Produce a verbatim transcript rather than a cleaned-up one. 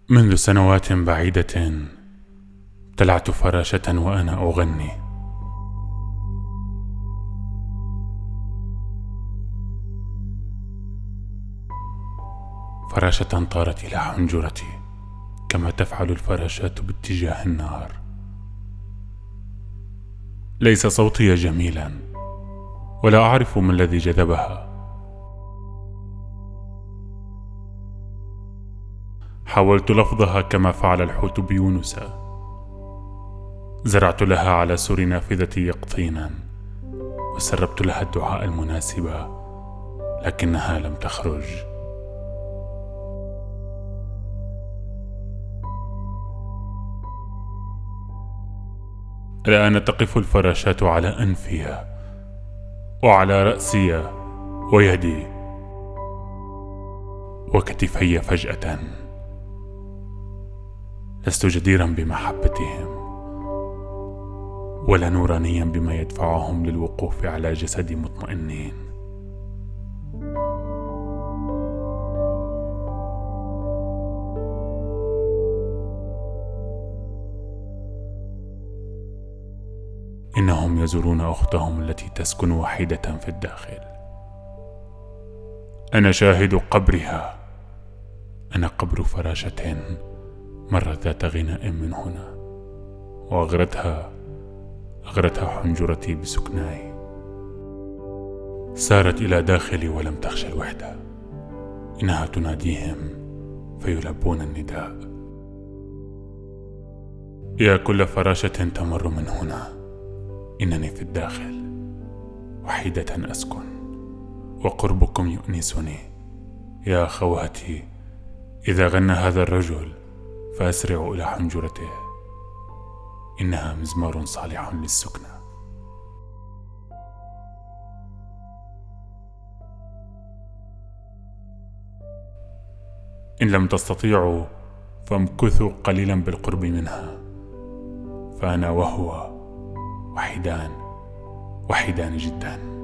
منذ سنوات بعيدة ابتلعت فراشة وأنا أغني، فراشة طارت إلى حنجرتي كما تفعل الفراشات باتجاه النار. ليس صوتي جميلا ولا أعرف ما الذي جذبها. حاولت لفظها كما فعل الحوت بيونسا، زرعت لها على سور نافذتي يقطينا وسربت لها الدعاء المناسب، لكنها لم تخرج. الآن تقف الفراشات على أنفي وعلى رأسي ويدي وكتفي فجأة. لست جديرا بمحبتهم ولا نورانيا بما يدفعهم للوقوف على جسدي مطمئنين. إنهم يزورون أختهم التي تسكن وحيدة في الداخل. أنا شاهد قبرها. أنا قبر فراشة مرت ذات غناء من هنا، وأغرتها أغرتها حنجرتي بسكناي. سارت إلى داخلي ولم تخشى الوحدة. إنها تناديهم فيلبون النداء. يا كل فراشة تمر من هنا، إنني في الداخل وحيدة أسكن، وقربكم يؤنسني. يا أخواتي، إذا غنى هذا الرجل فأسرعوا إلى حنجرته، إنها مزمار صالح للسكنى. إن لم تستطيعوا فامكثوا قليلا بالقرب منها، فأنا وهو وحيدان وحيدان جدا.